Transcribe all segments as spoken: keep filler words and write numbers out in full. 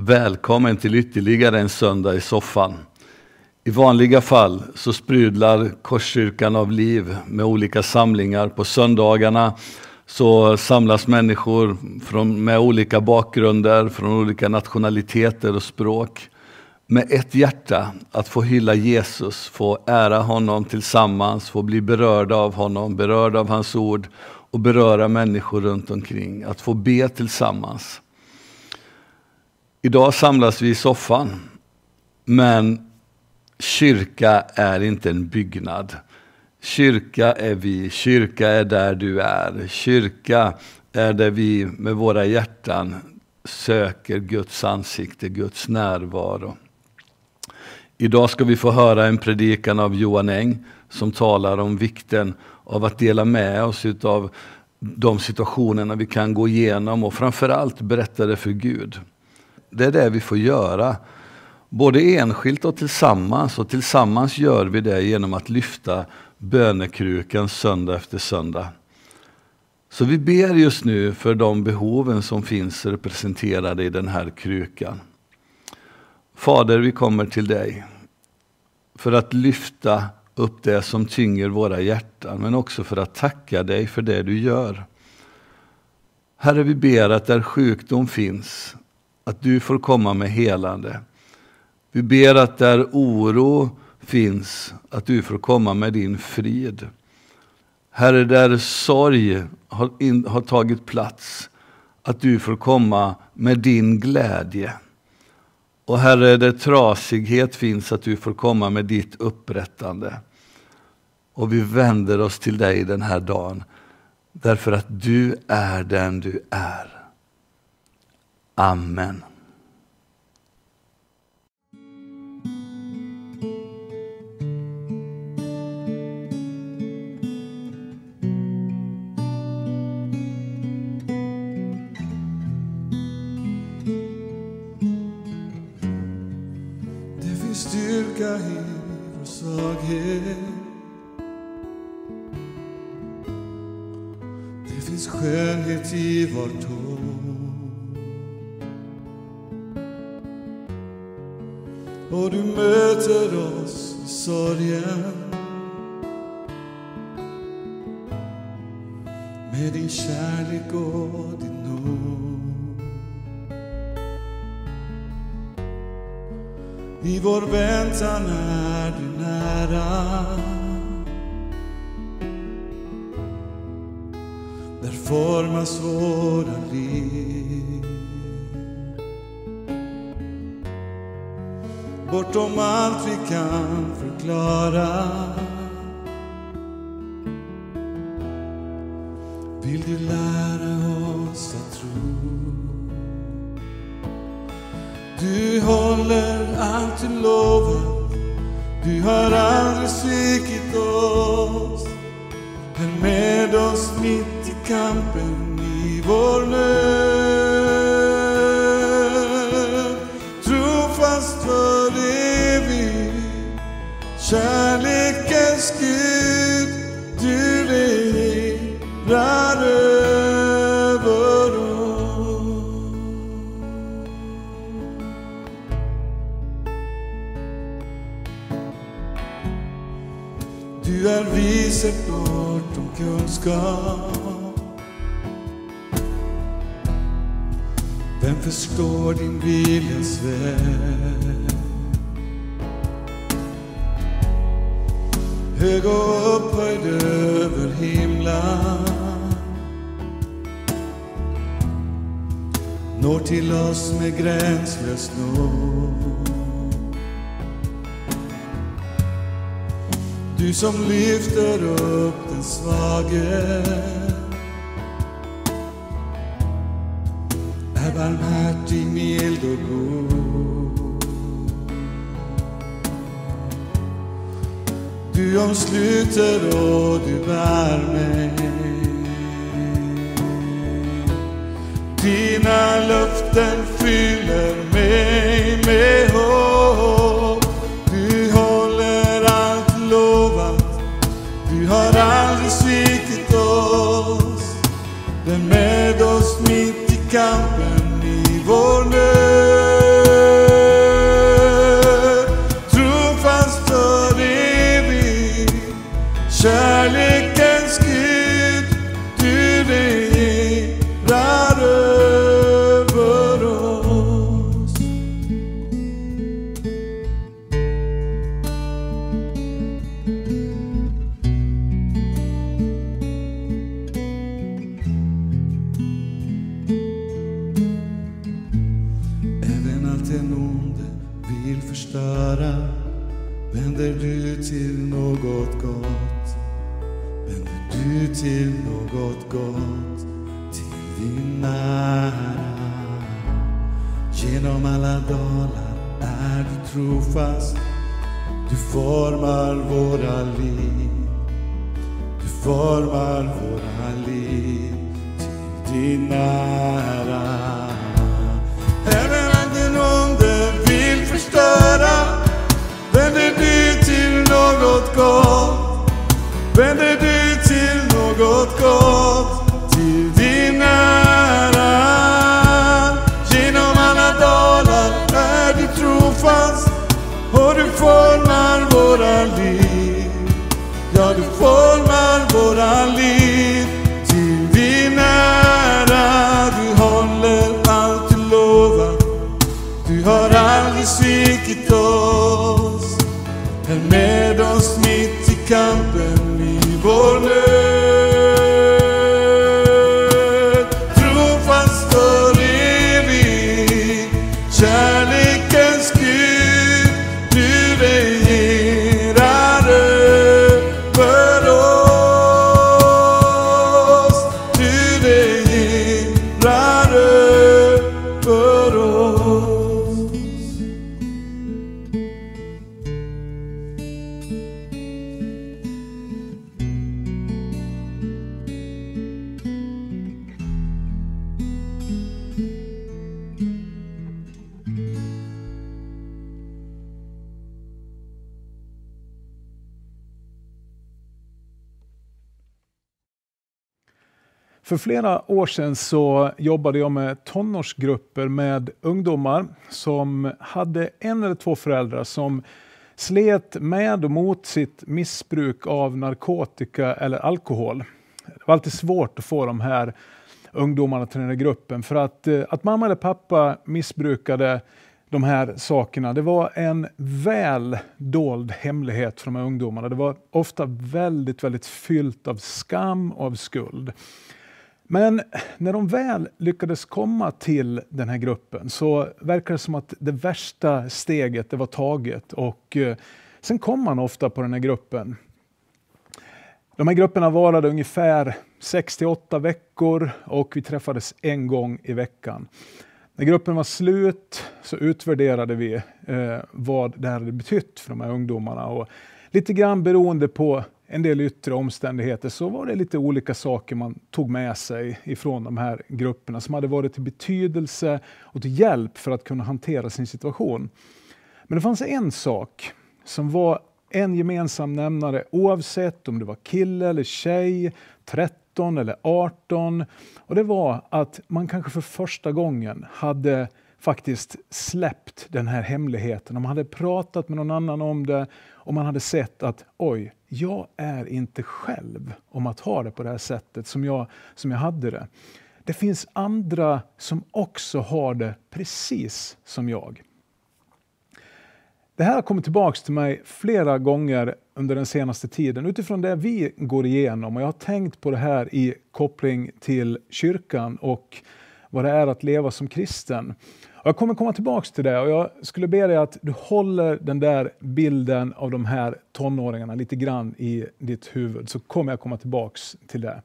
Välkommen till ytterligare en söndag i soffan. I vanliga fall så sprudlar Korskyrkan av liv med olika samlingar. På söndagarna så samlas människor från, med olika bakgrunder, från olika nationaliteter och språk. Med ett hjärta att få hylla Jesus, få ära honom tillsammans, få bli berörda av honom, berörda av hans ord och beröra människor runt omkring. Att få be tillsammans. Idag samlas vi i soffan, men kyrka är inte en byggnad. Kyrka är vi, kyrka är där du är. Kyrka är där vi med våra hjärtan söker Guds ansikte, Guds närvaro. Idag ska vi få höra en predikan av Johan Eng som talar om vikten av att dela med oss av de situationerna vi kan gå igenom och framförallt berätta det för Gud. Det är det vi får göra, både enskilt och tillsammans. Och tillsammans gör vi det genom att lyfta bönekrukan söndag efter söndag. Så vi ber just nu för de behoven som finns representerade i den här krukan. Fader, vi kommer till dig för att lyfta upp det som tynger våra hjärtan, men också för att tacka dig för det du gör. Herre, vi ber att där sjukdom finns, att du får komma med helande. Vi ber att där oro finns, att du får komma med din frid. Herre, där sorg har, in, har tagit plats, att du får komma med din glädje. Och Herre, där trasighet finns, att du får komma med ditt upprättande. Och vi vänder oss till dig den här dagen, därför att du är den du är. Amen. Det finns styrka i vår svaghet. Det finns skönhet i vårt hår. Och du möter oss i sorgen med din kärlek och din nåd. I vår väntan är du nära. Där formas våra liv. Bortom allt vi kan förklara vill du lära oss att tro. Du håller allt du lovat. Du har aldrig svikit oss. Är med oss mitt i kampen i vår nöd. Trofast för evigt, kärlekens Gud, du regerar över oss. Du är viset bortom kunskap. Vem förstår din viljas väg? Hög och upphöjd över himlen, når till oss med gränslös nåd. Du som lyfter upp den svage är barmhärtig, mild och god. Du omsluter och du bär mig. Dina löften fyller mig med hopp. Du håller allt lovat. Du har aldrig svikit oss. Du är med oss mitt i kampen i vår nöd. den onde vill förstöra, vänder du till något gott. Vänder du till något gott, till din ära. Genom alla dalar är du trofast. Du formar våra liv. Du formar våra liv till din ära. Även om den onde vill förstöra, vänder du till något gott. Vänder du till något gott, till din ära. Genom alla dalar är du trofast, och du formar våra liv. Ja, du formar våra liv till din ära. Du håller allt du lovar. Du har aldrig svikit oss. Är med oss mitt i kampen i vår nöd. Trofast för evig, kärlekens Gud, du regerar över oss. Du regerar över oss. För flera år sedan så jobbade jag med tonårsgrupper med ungdomar som hade en eller två föräldrar som slet med och mot sitt missbruk av narkotika eller alkohol. Det var alltid svårt att få de här ungdomarna till den här gruppen, för att, att mamma eller pappa missbrukade de här sakerna, det var en väl dold hemlighet för de här ungdomarna. Det var ofta väldigt, väldigt fyllt av skam och av skuld. Men när de väl lyckades komma till den här gruppen så verkar det som att det värsta steget det var taget, och eh, sen kom man ofta på den här gruppen. De här grupperna varade ungefär sex till åtta veckor och vi träffades en gång i veckan. När gruppen var slut så utvärderade vi eh, vad det hade betytt för de här ungdomarna, och lite grann beroende på en del yttre omständigheter så var det lite olika saker man tog med sig ifrån de här grupperna som hade varit till betydelse och till hjälp för att kunna hantera sin situation. Men det fanns en sak som var en gemensam nämnare oavsett om det var kille eller tjej, tretton eller arton. Och det var att man kanske för första gången hade faktiskt släppt den här hemligheten. Man hade pratat med någon annan om det och man hade sett att oj, jag är inte själv om att ha det på det här sättet som jag, som jag hade det. Det finns andra som också har det precis som jag. Det här har kommit tillbaka till mig flera gånger under den senaste tiden utifrån det vi går igenom, och jag har tänkt på det här i koppling till kyrkan och vad det är att leva som kristen. Och jag kommer komma tillbaka till det, och jag skulle be dig att du håller den där bilden av de här tonåringarna lite grann i ditt huvud, så kommer jag komma tillbaka till det.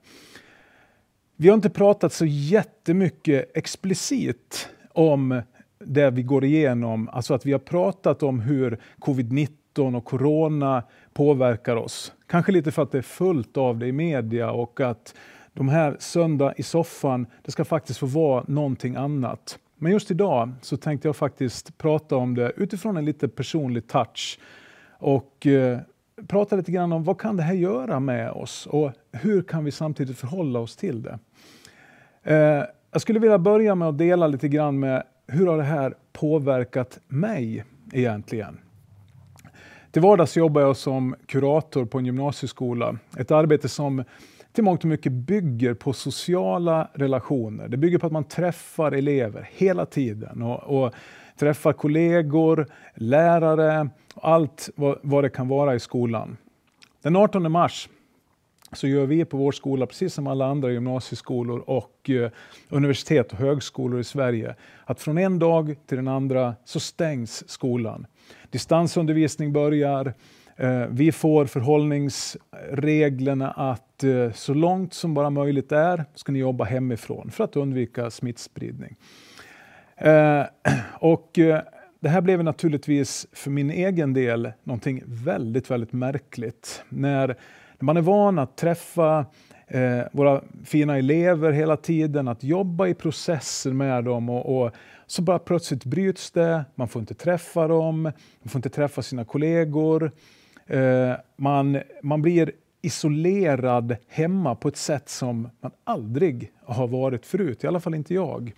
Vi har inte pratat så jättemycket explicit om det vi går igenom, alltså att vi har pratat om hur covid nitton och corona påverkar oss. Kanske lite för att det är fullt av det i media, och att de här söndag i soffan, det ska faktiskt få vara någonting annat. Men just idag så tänkte jag faktiskt prata om det utifrån en lite personlig touch. Och eh, prata lite grann om vad kan det här göra med oss och hur kan vi samtidigt förhålla oss till det. Eh, jag skulle vilja börja med att dela lite grann med hur har det här påverkat mig egentligen. Till vardags jobbar jag som kurator på en gymnasieskola. Ett arbete som till mångt och mycket bygger på sociala relationer. Det bygger på att man träffar elever hela tiden och, och träffar kollegor, lärare och allt vad, vad det kan vara i skolan. Den artonde mars så gör vi på vår skola, precis som alla andra gymnasieskolor och eh, universitet och högskolor i Sverige, att från en dag till den andra så stängs skolan. Distansundervisning börjar. Eh, vi får förhållningsreglerna att eh, så långt som bara möjligt är ska ni jobba hemifrån för att undvika smittspridning. Eh, och eh, det här blev naturligtvis för min egen del någonting väldigt, väldigt märkligt. När man är van att träffa eh, våra fina elever hela tiden, att jobba i processer med dem och, och så bara plötsligt bryts det, man får inte träffa dem, man får inte träffa sina kollegor, eh, man, man blir isolerad hemma på ett sätt som man aldrig har varit förut, i alla fall inte jag.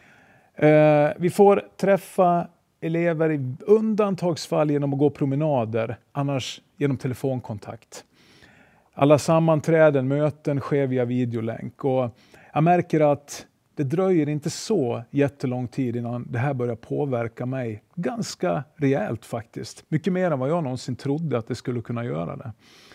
Eh, vi får träffa elever i undantagsfall genom att gå promenader, annars genom telefonkontakt. Alla sammanträden, möten sker via videolänk och jag märker att det dröjer inte så jättelång tid innan det här börjar påverka mig ganska rejält faktiskt. Mycket mer än vad jag någonsin trodde att det skulle kunna göra det.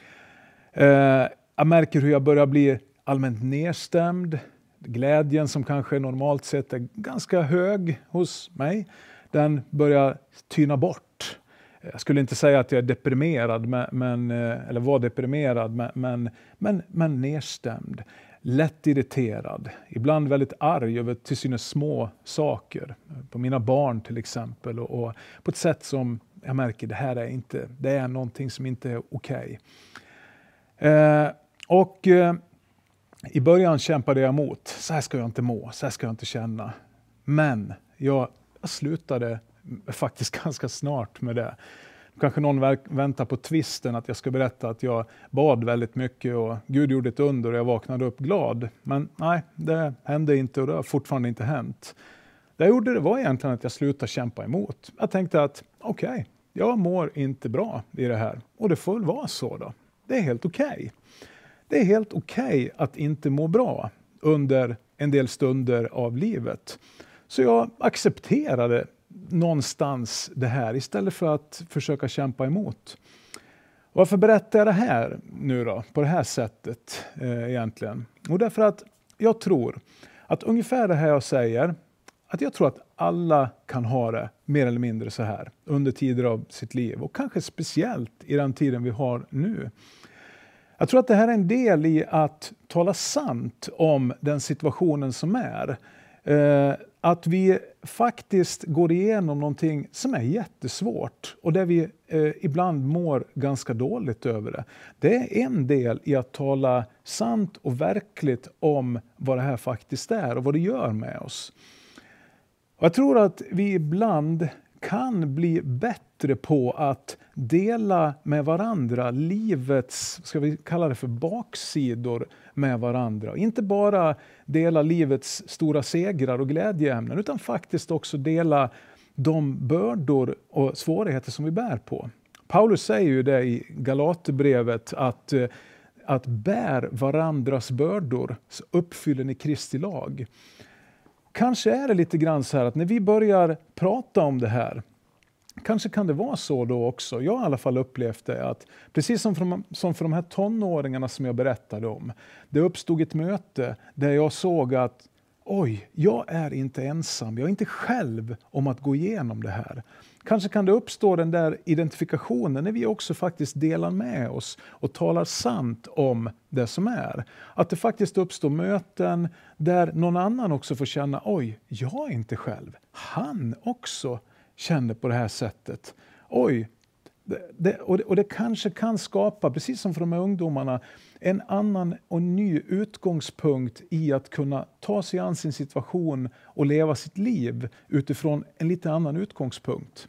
Eh, jag märker hur jag börjar bli allmänt nedstämd. Glädjen som kanske normalt sett är ganska hög hos mig, den börjar tyna bort. Jag skulle inte säga att jag är deprimerad, men, eller var deprimerad, men, men, men, men nedstämd. Lätt irriterad, ibland väldigt arg över till synes små saker. På mina barn till exempel. Och, och på ett sätt som jag märker det här är inte, det är någonting som inte är okej. Eh, och eh, i början kämpade jag emot. Så här ska jag inte må, så här ska jag inte känna. Men jag, jag slutade faktiskt ganska snart med det. Kanske någon väntar på twisten att jag ska berätta att jag bad väldigt mycket och Gud gjorde ett under och jag vaknade upp glad. Men nej, det hände inte och det har fortfarande inte hänt. Det jag gjorde det var egentligen att jag slutade kämpa emot. Jag tänkte att okej, okay, jag mår inte bra i det här och det får väl vara så då. Det är helt okej. Okay. Det är helt okej okay att inte må bra under en del stunder av livet. Så jag accepterade någonstans det här istället för att försöka kämpa emot. Varför berättar jag det här nu då, på det här sättet eh, egentligen? Och därför att jag tror att ungefär det här jag säger, att jag tror att alla kan ha det mer eller mindre så här under tider av sitt liv och kanske speciellt i den tiden vi har nu. Jag tror att det här är en del i att tala sant om den situationen som är. Eh, att vi faktiskt går igenom någonting som är jättesvårt och där vi eh, ibland mår ganska dåligt över det. Det är en del i att tala sant och verkligt om vad det här faktiskt är och vad det gör med oss. Och jag tror att vi ibland kan bli bättre på att dela med varandra livets, ska vi kalla det för baksidor med varandra. Inte bara dela livets stora segrar och glädjeämnen utan faktiskt också dela de bördor och svårigheter som vi bär på. Paulus säger ju det i Galaterbrevet att, att bär varandras bördor så uppfyller ni Kristi lag. Kanske är det lite grann så här att när vi börjar prata om det här, kanske kan det vara så då också. Jag har i alla fall upplevt det att precis som för, de, som för de här tonåringarna som jag berättade om. Det uppstod ett möte där jag såg att oj, jag är inte ensam. Jag är inte själv om att gå igenom det här. Kanske kan det uppstå den där identifikationen när vi också faktiskt delar med oss och talar sant om det som är. Att det faktiskt uppstår möten där någon annan också får känna oj, jag är inte själv. Han också känner på det här sättet. Oj, det, det, och, det, och det kanske kan skapa, precis som för de här ungdomarna, en annan och ny utgångspunkt i att kunna ta sig an sin situation och leva sitt liv utifrån en lite annan utgångspunkt.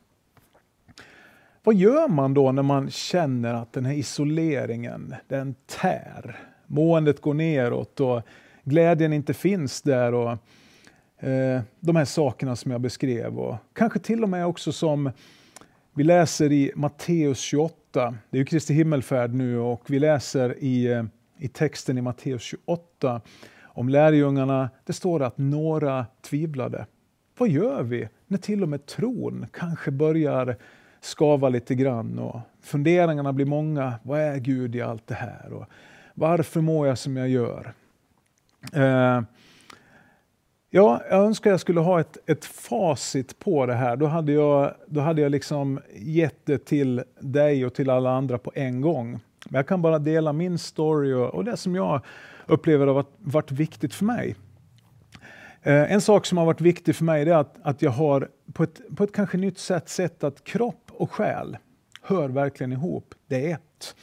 Vad gör man då när man känner att den här isoleringen, den tär? Måendet går neråt och glädjen inte finns där och eh, de här sakerna som jag beskrev. Och kanske till och med också som vi läser i Matteus tjugoåtta. Det är ju Kristi himmelfärd nu och vi läser i, i texten i Matteus tjugoåtta om lärjungarna. Det står att några tvivlade. Vad gör vi när till och med tron kanske börjar skava lite grann och funderingarna blir många. Vad är Gud i allt det här? Och Varför mår jag som jag gör? Eh, ja, jag önskar jag skulle ha ett, ett facit på det här. Då hade jag, då hade jag liksom gett det till dig och till alla andra på en gång. Men jag kan bara dela min story och, och det som jag upplever har varit, varit viktigt för mig. Eh, en sak som har varit viktig för mig är att, att jag har på ett, på ett kanske nytt sätt sett att kropp och själ hör verkligen ihop. Det är ett.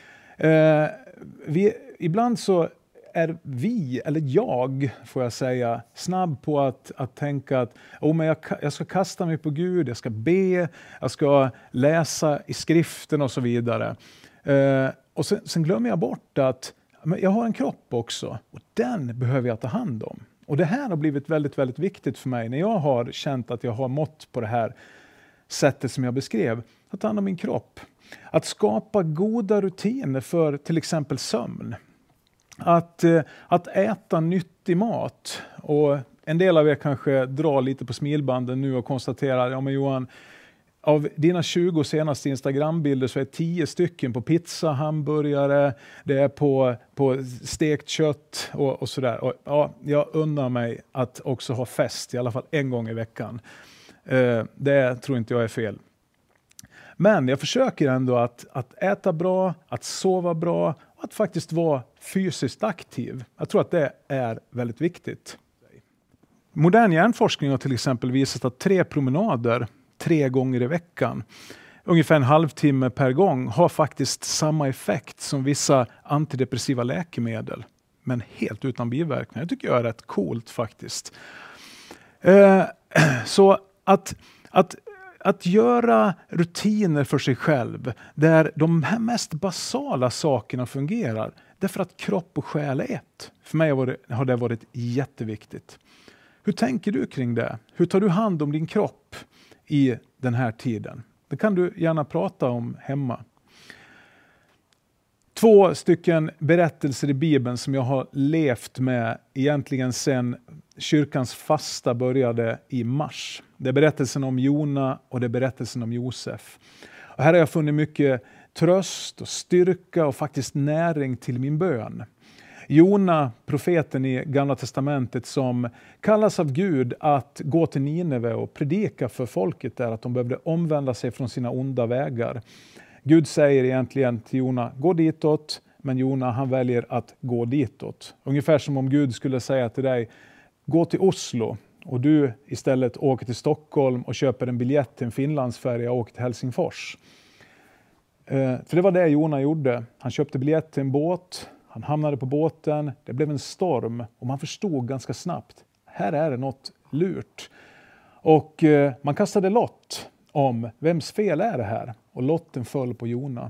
Eh, vi, ibland så är vi, eller jag får jag säga, snabb på att, att tänka att oh, men jag, jag ska kasta mig på Gud, jag ska be, jag ska läsa i skriften och så vidare. Eh, och sen, sen glömmer jag bort att men jag har en kropp också och den behöver jag ta hand om. Och det här har blivit väldigt, väldigt viktigt för mig när jag har känt att jag har mått på det här sättet som jag beskrev. Att ta hand om min kropp. Att skapa goda rutiner för till exempel sömn. Att, eh, att äta nyttig mat. Och en del av er kanske drar lite på smilbanden nu och konstaterar, ja men Johan, av dina tjugo senaste Instagram-bilder så är tio stycken på pizza, hamburgare, det är på, på stekt kött och, och sådär. Och, ja, jag unnar mig att också ha fest, i alla fall en gång i veckan. Eh, det tror inte jag är fel. Men jag försöker ändå att, att äta bra, att sova bra och att faktiskt vara fysiskt aktiv. Jag tror att det är väldigt viktigt. Modern hjärnforskning har till exempel visat att tre promenader tre gånger i veckan, ungefär en halvtimme per gång, har faktiskt samma effekt som vissa antidepressiva läkemedel. Men helt utan biverkningar. Det tycker jag är rätt coolt faktiskt. Eh, så att, att, att göra rutiner för sig själv där de här mest basala sakerna fungerar, därför att kropp och själ är ett. För mig har det, har det varit jätteviktigt. Hur tänker du kring det? Hur tar du hand om din kropp i den här tiden? Det kan du gärna prata om hemma. Två stycken berättelser i Bibeln som jag har levt med egentligen sedan kyrkans fasta började i mars. Det är berättelsen om Jona och det är berättelsen om Josef. Och här har jag funnit mycket tröst och styrka och faktiskt näring till min bön. Jona, profeten i Gamla testamentet, som kallas av Gud att gå till Nineve och predika för folket där att de behövde omvända sig från sina onda vägar. Gud säger egentligen till Jona, gå ditåt, men Jona han väljer att gå ditåt. Ungefär som om Gud skulle säga till dig, gå till Oslo och du istället åker till Stockholm och köper en biljett till en Finlandsfärja och åker till Helsingfors. Eh, för det var det Jona gjorde. Han köpte biljett till en båt. Han hamnade på båten, det blev en storm och man förstod ganska snabbt, här är det något lurt. Och eh, man kastade lott om vems fel är det här? Och lotten föll på Jona.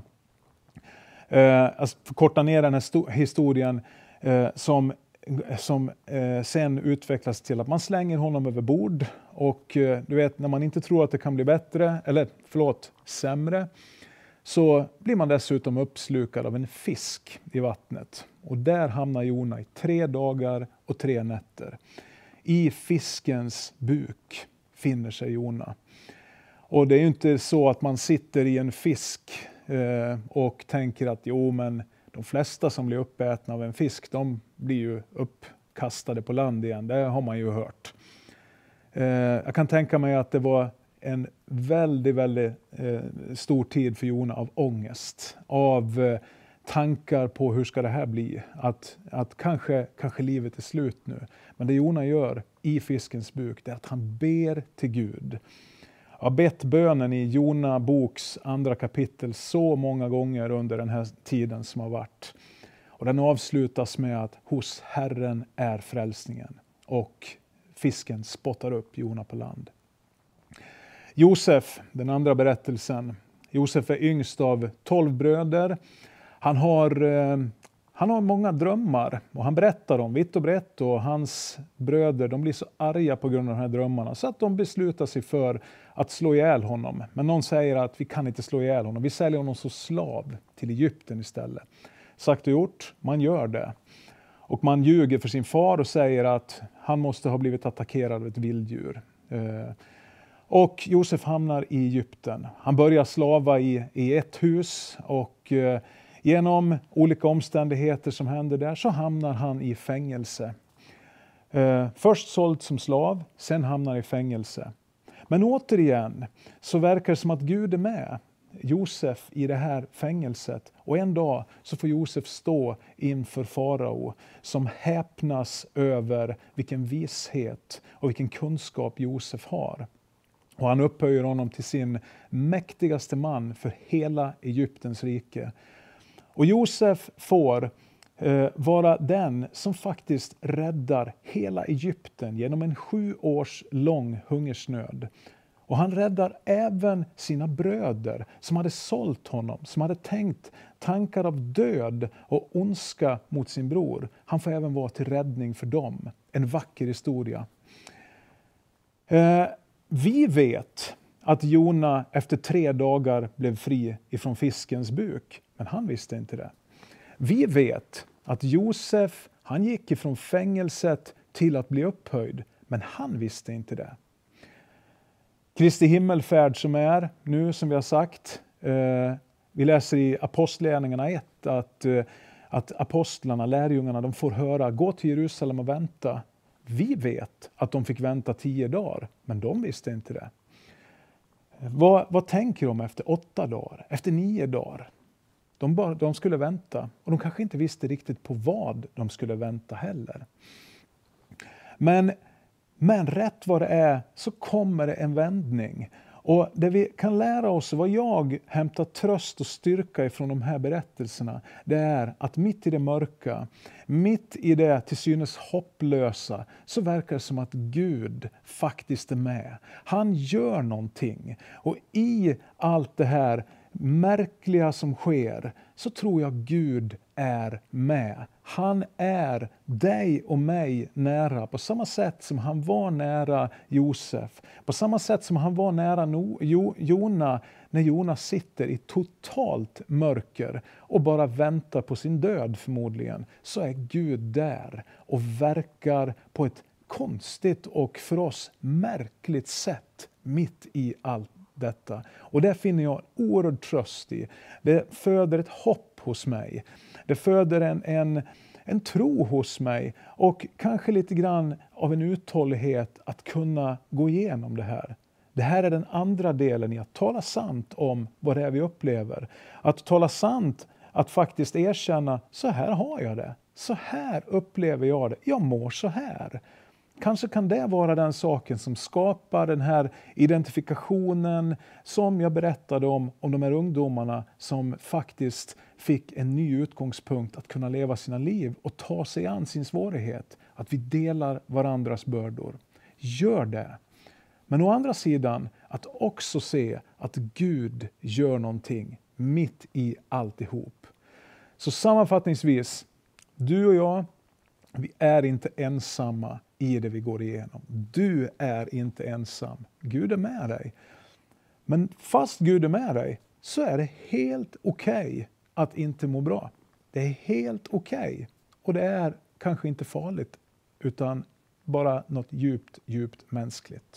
Eh, alltså, för korta ner den här sto- historien eh, som, som eh, sen utvecklas till att man slänger honom över bord. Och eh, du vet, när man inte tror att det kan bli bättre, eller förlåt, sämre, så blir man dessutom uppslukad av en fisk i vattnet. Och där hamnar Jona i tre dagar och tre nätter. I fiskens buk finner sig Jona. Och det är ju inte så att man sitter i en fisk eh, och tänker att jo men de flesta som blir uppätna av en fisk, de blir ju uppkastade på land igen. Det har man ju hört. Eh, jag kan tänka mig att det var en väldigt, väldigt eh, stor tid för Jona av ångest. Av eh, tankar på hur ska det här bli. Att, att kanske, kanske livet är slut nu. Men det Jona gör i fiskens buk, det är att han ber till Gud. Jag har bett bönen i Jona boks andra kapitel så många gånger under den här tiden som har varit. Och den avslutas med att hos Herren är frälsningen. Och fisken spottar upp Jona på land. Josef, den andra berättelsen. Josef är yngst av tolv bröder. Han har, eh, han har många drömmar och han berättar dem vitt och brett. Och hans bröder de blir så arga på grund av de här drömmarna så att de beslutar sig för att slå ihjäl honom. Men någon säger att vi kan inte slå ihjäl honom. Vi säljer honom som slav till Egypten istället. Sagt och gjort, man gör det. Och man ljuger för sin far och säger att han måste ha blivit attackerad av ett vilddjur. Eh, Och Josef hamnar i Egypten. Han börjar slava i, i ett hus och eh, genom olika omständigheter som händer där så hamnar han i fängelse. Eh, först såld som slav, sen hamnar i fängelse. Men återigen så verkar det som att Gud är med Josef i det här fängelset. Och en dag så får Josef stå inför farao som häpnas över vilken vishet och vilken kunskap Josef har. Och han upphöjer honom till sin mäktigaste man för hela Egyptens rike. Och Josef får eh, vara den som faktiskt räddar hela Egypten genom en sju års lång hungersnöd. Och han räddar även sina bröder som hade sålt honom, som hade tänkt tankar av död och ondska mot sin bror. Han får även vara till räddning för dem. En vacker historia. Eh, vi vet att Jona efter tre dagar blev fri ifrån fiskens buk, men han visste inte det. Vi vet att Josef, han gick ifrån fängelset till att bli upphöjd, men han visste inte det. Kristi himmelfärd som är nu, som vi har sagt, eh, vi läser i Apostlagärningarna ett att, eh, att apostlarna, lärjungarna, de får höra, gå till Jerusalem och vänta. Vi vet att de fick vänta tio dagar, men de visste inte det. Vad, vad tänker de efter åtta dagar, efter nio dagar? De, bara, de skulle vänta, och de kanske inte visste riktigt på vad de skulle vänta heller. Men Men rätt vad det är så kommer det en vändning. Och det vi kan lära oss, vad jag hämtar tröst och styrka ifrån de här berättelserna, det är att mitt i det mörka, mitt i det till synes hopplösa, så verkar det som att Gud faktiskt är med. Han gör någonting. Och i allt det här märkliga som sker så tror jag Gud är med. Han är dig och mig nära på samma sätt som han var nära Josef. På samma sätt som han var nära no, jo, Jona när Jona sitter i totalt mörker och bara väntar på sin död förmodligen. Så är Gud där och verkar på ett konstigt och för oss märkligt sätt mitt i allt detta. Och det finner jag oerhörd tröst i. Det föder ett hopp hos mig. Det föder en, en, en tro hos mig och kanske lite grann av en uthållighet att kunna gå igenom det här. Det här är den andra delen i att tala sant om vad det är vi upplever. Att tala sant, att faktiskt erkänna, så här har jag det. Så här upplever jag det. Jag mår så här. Kanske kan det vara den saken som skapar den här identifikationen som jag berättade om, om de här ungdomarna som faktiskt fick en ny utgångspunkt att kunna leva sina liv och ta sig an sin svårighet. Att vi delar varandras bördor. Gör det. Men å andra sidan att också se att Gud gör någonting mitt i alltihop. Så sammanfattningsvis, du och jag, vi är inte ensamma i det vi går igenom. Du är inte ensam. Gud är med dig. Men fast Gud är med dig så är det helt okej okay att inte må bra. Det är helt okej. Okay. Och det är kanske inte farligt utan bara något djupt, djupt mänskligt.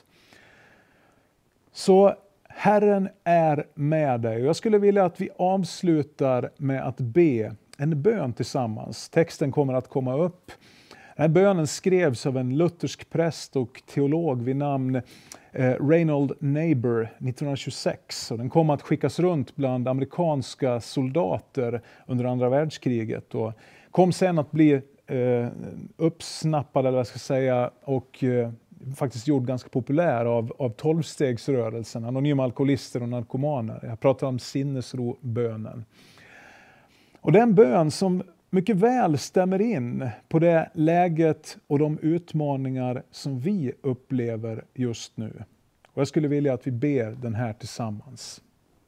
Så Herren är med dig. Jag skulle vilja att vi avslutar med att be en bön tillsammans. Texten kommer att komma upp. Den här bönen skrevs av en luthersk präst och teolog vid namn eh, Reinhold Niebuhr nittonhundratjugosex. Och den kom att skickas runt bland amerikanska soldater under andra världskriget. Och kom sen att bli eh, uppsnappad, eller vad jag ska säga, och eh, faktiskt gjord ganska populär av, av tolvstegsrörelsen, anonyma alkoholister och narkomaner. Jag pratar om sinnesrobönen. Och det är en bön som mycket väl stämmer in på det läget och de utmaningar som vi upplever just nu. Och jag skulle vilja att vi ber den här tillsammans.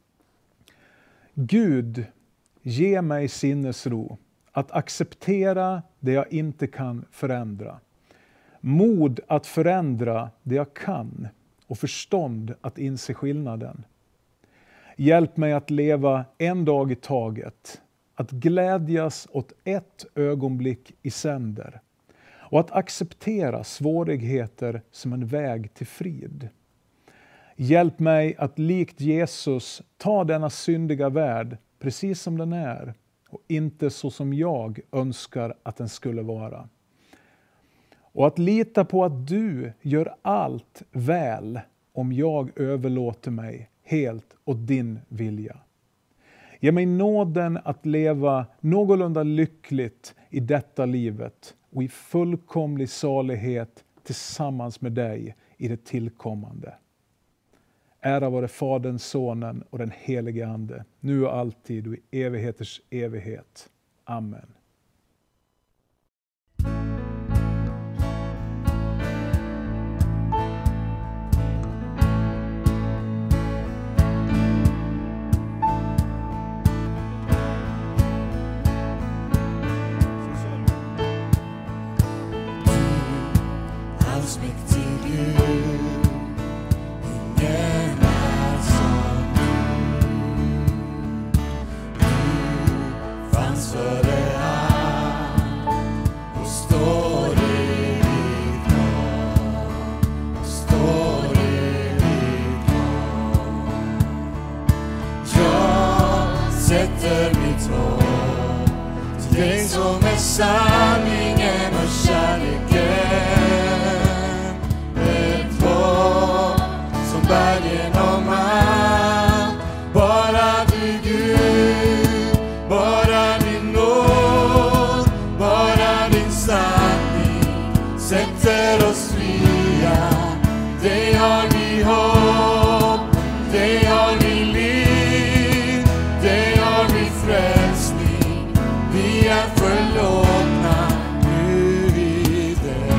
Gud, ge mig sinnesro att acceptera det jag inte kan förändra. Mod att förändra det jag kan och förstånd att inse skillnaden. Hjälp mig att leva en dag i taget. Att glädjas åt ett ögonblick i sänder och att acceptera svårigheter som en väg till frid. Hjälp mig att likt Jesus ta denna syndiga värld precis som den är, och inte så som jag önskar att den skulle vara. Och att lita på att du gör allt väl om jag överlåter mig helt åt din vilja. Ge mig nåden att leva någorlunda lyckligt i detta livet och i fullkomlig salighet tillsammans med dig i det tillkommande. Ära vare Fadern, Sonen och den helige Ande, nu och alltid och i evigheters evighet. Amen. Sanningen och kärleken, ett hopp som bär genom allt. Bara du Gud, bara din nåd, bara din sanning sätter oss fria. Det har vi hopp, det har vi liv, det har vi frälsning. Vi är förlåtna nu i dig.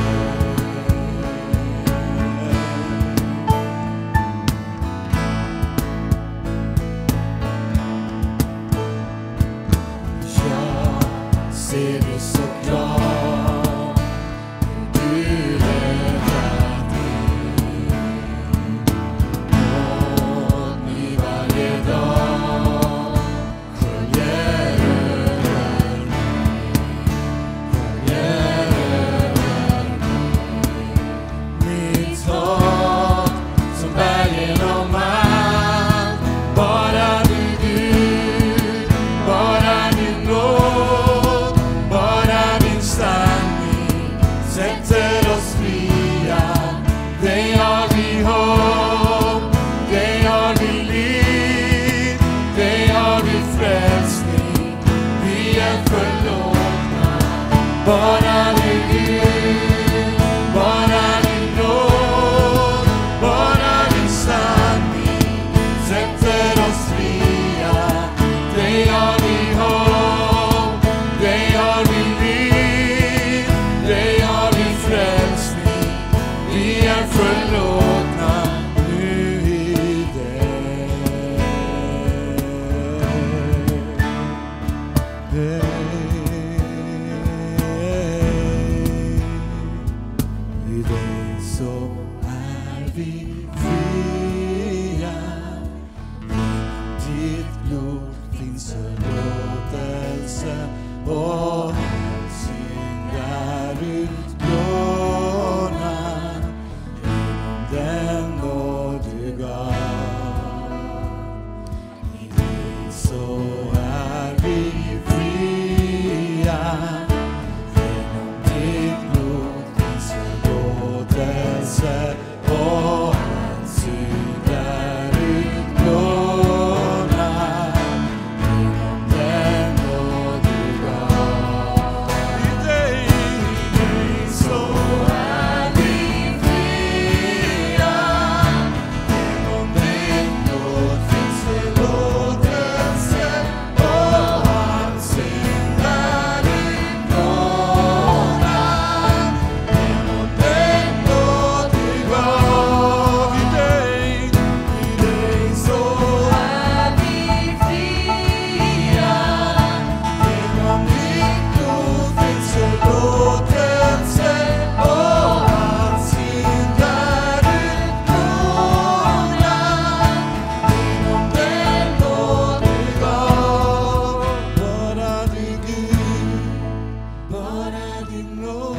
Jag ser det så klart hur du räddar mig. Nåd i varje dag sköljer över mitt hopp som bär genom allt. Bara du Gud, bara din nåd, bara din sanning sätter oss fria. Det har vi hopp, det har vi liv, det har vi frälsning. Vi är förlåtna. Bara du Gud, bara din nåd, bara din sanning sätter oss fria. Det har vi hopp, det har vi liv, det har vi frälsning. Vi är förlåtna nu i dig. I dig så är vi fria. Genom ditt blod finns förlåtelse och all synd är utplånad. Genom den nåd du gav. I dig så är vi fria. Genom ditt blod finns förlåtelse och all synd är utplånad. Genom den nåd du gav. I dig, i dig så är vi fria. Genom din nåd finns förlåtelse och all synd är utplånad. Genom den nåd du gav. I dig, i dig så är vi fria. Genom ditt blod finns förlåtelse och all synd är utplånad. Genom den nåd du gav. Bara du Gud, bara din nåd,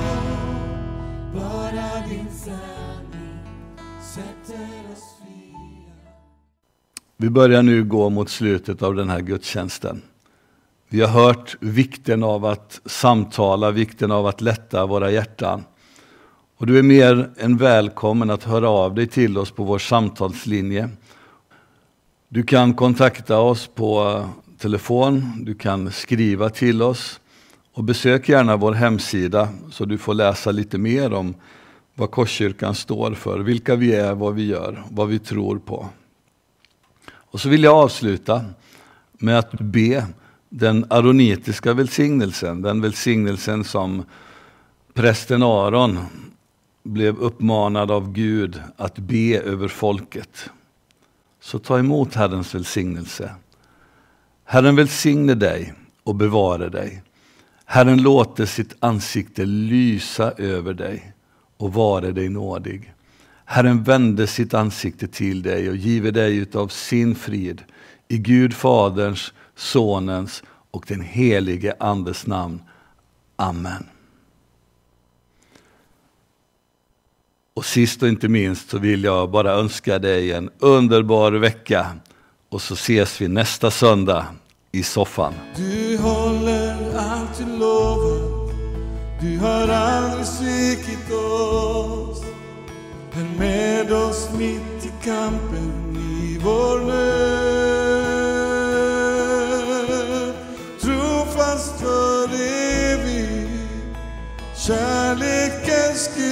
bara din sanning sätter oss fria. Vi börjar nu gå mot slutet av den här gudstjänsten. Vi har hört vikten av att samtala, vikten av att lätta våra hjärtan. Och du är mer än välkommen att höra av dig till oss på vår samtalslinje. Du kan kontakta oss på telefon, du kan skriva till oss och besök gärna vår hemsida så du får läsa lite mer om vad Korskyrkan står för, vilka vi är, vad vi gör, vad vi tror på. Och så vill jag avsluta med att be den aronitiska välsignelsen, den välsignelsen som prästen Aron blev uppmanad av Gud att be över folket. Så ta emot Herrens välsignelse. Herren välsigne dig och bevare dig. Herren låter sitt ansikte lysa över dig och vare dig nådig. Herren vände sitt ansikte till dig och give dig utav sin frid i Gud Faderns, Sonens och den helige Andes namn. Amen. Och sist och inte minst så vill jag bara önska dig en underbar vecka. Och så ses vi nästa söndag i soffan. Du håller alltid lovet, du har aldrig svikit oss. Är med oss mitt i kampen i vår nöd. Trofast för evigt, kärlekens Gud.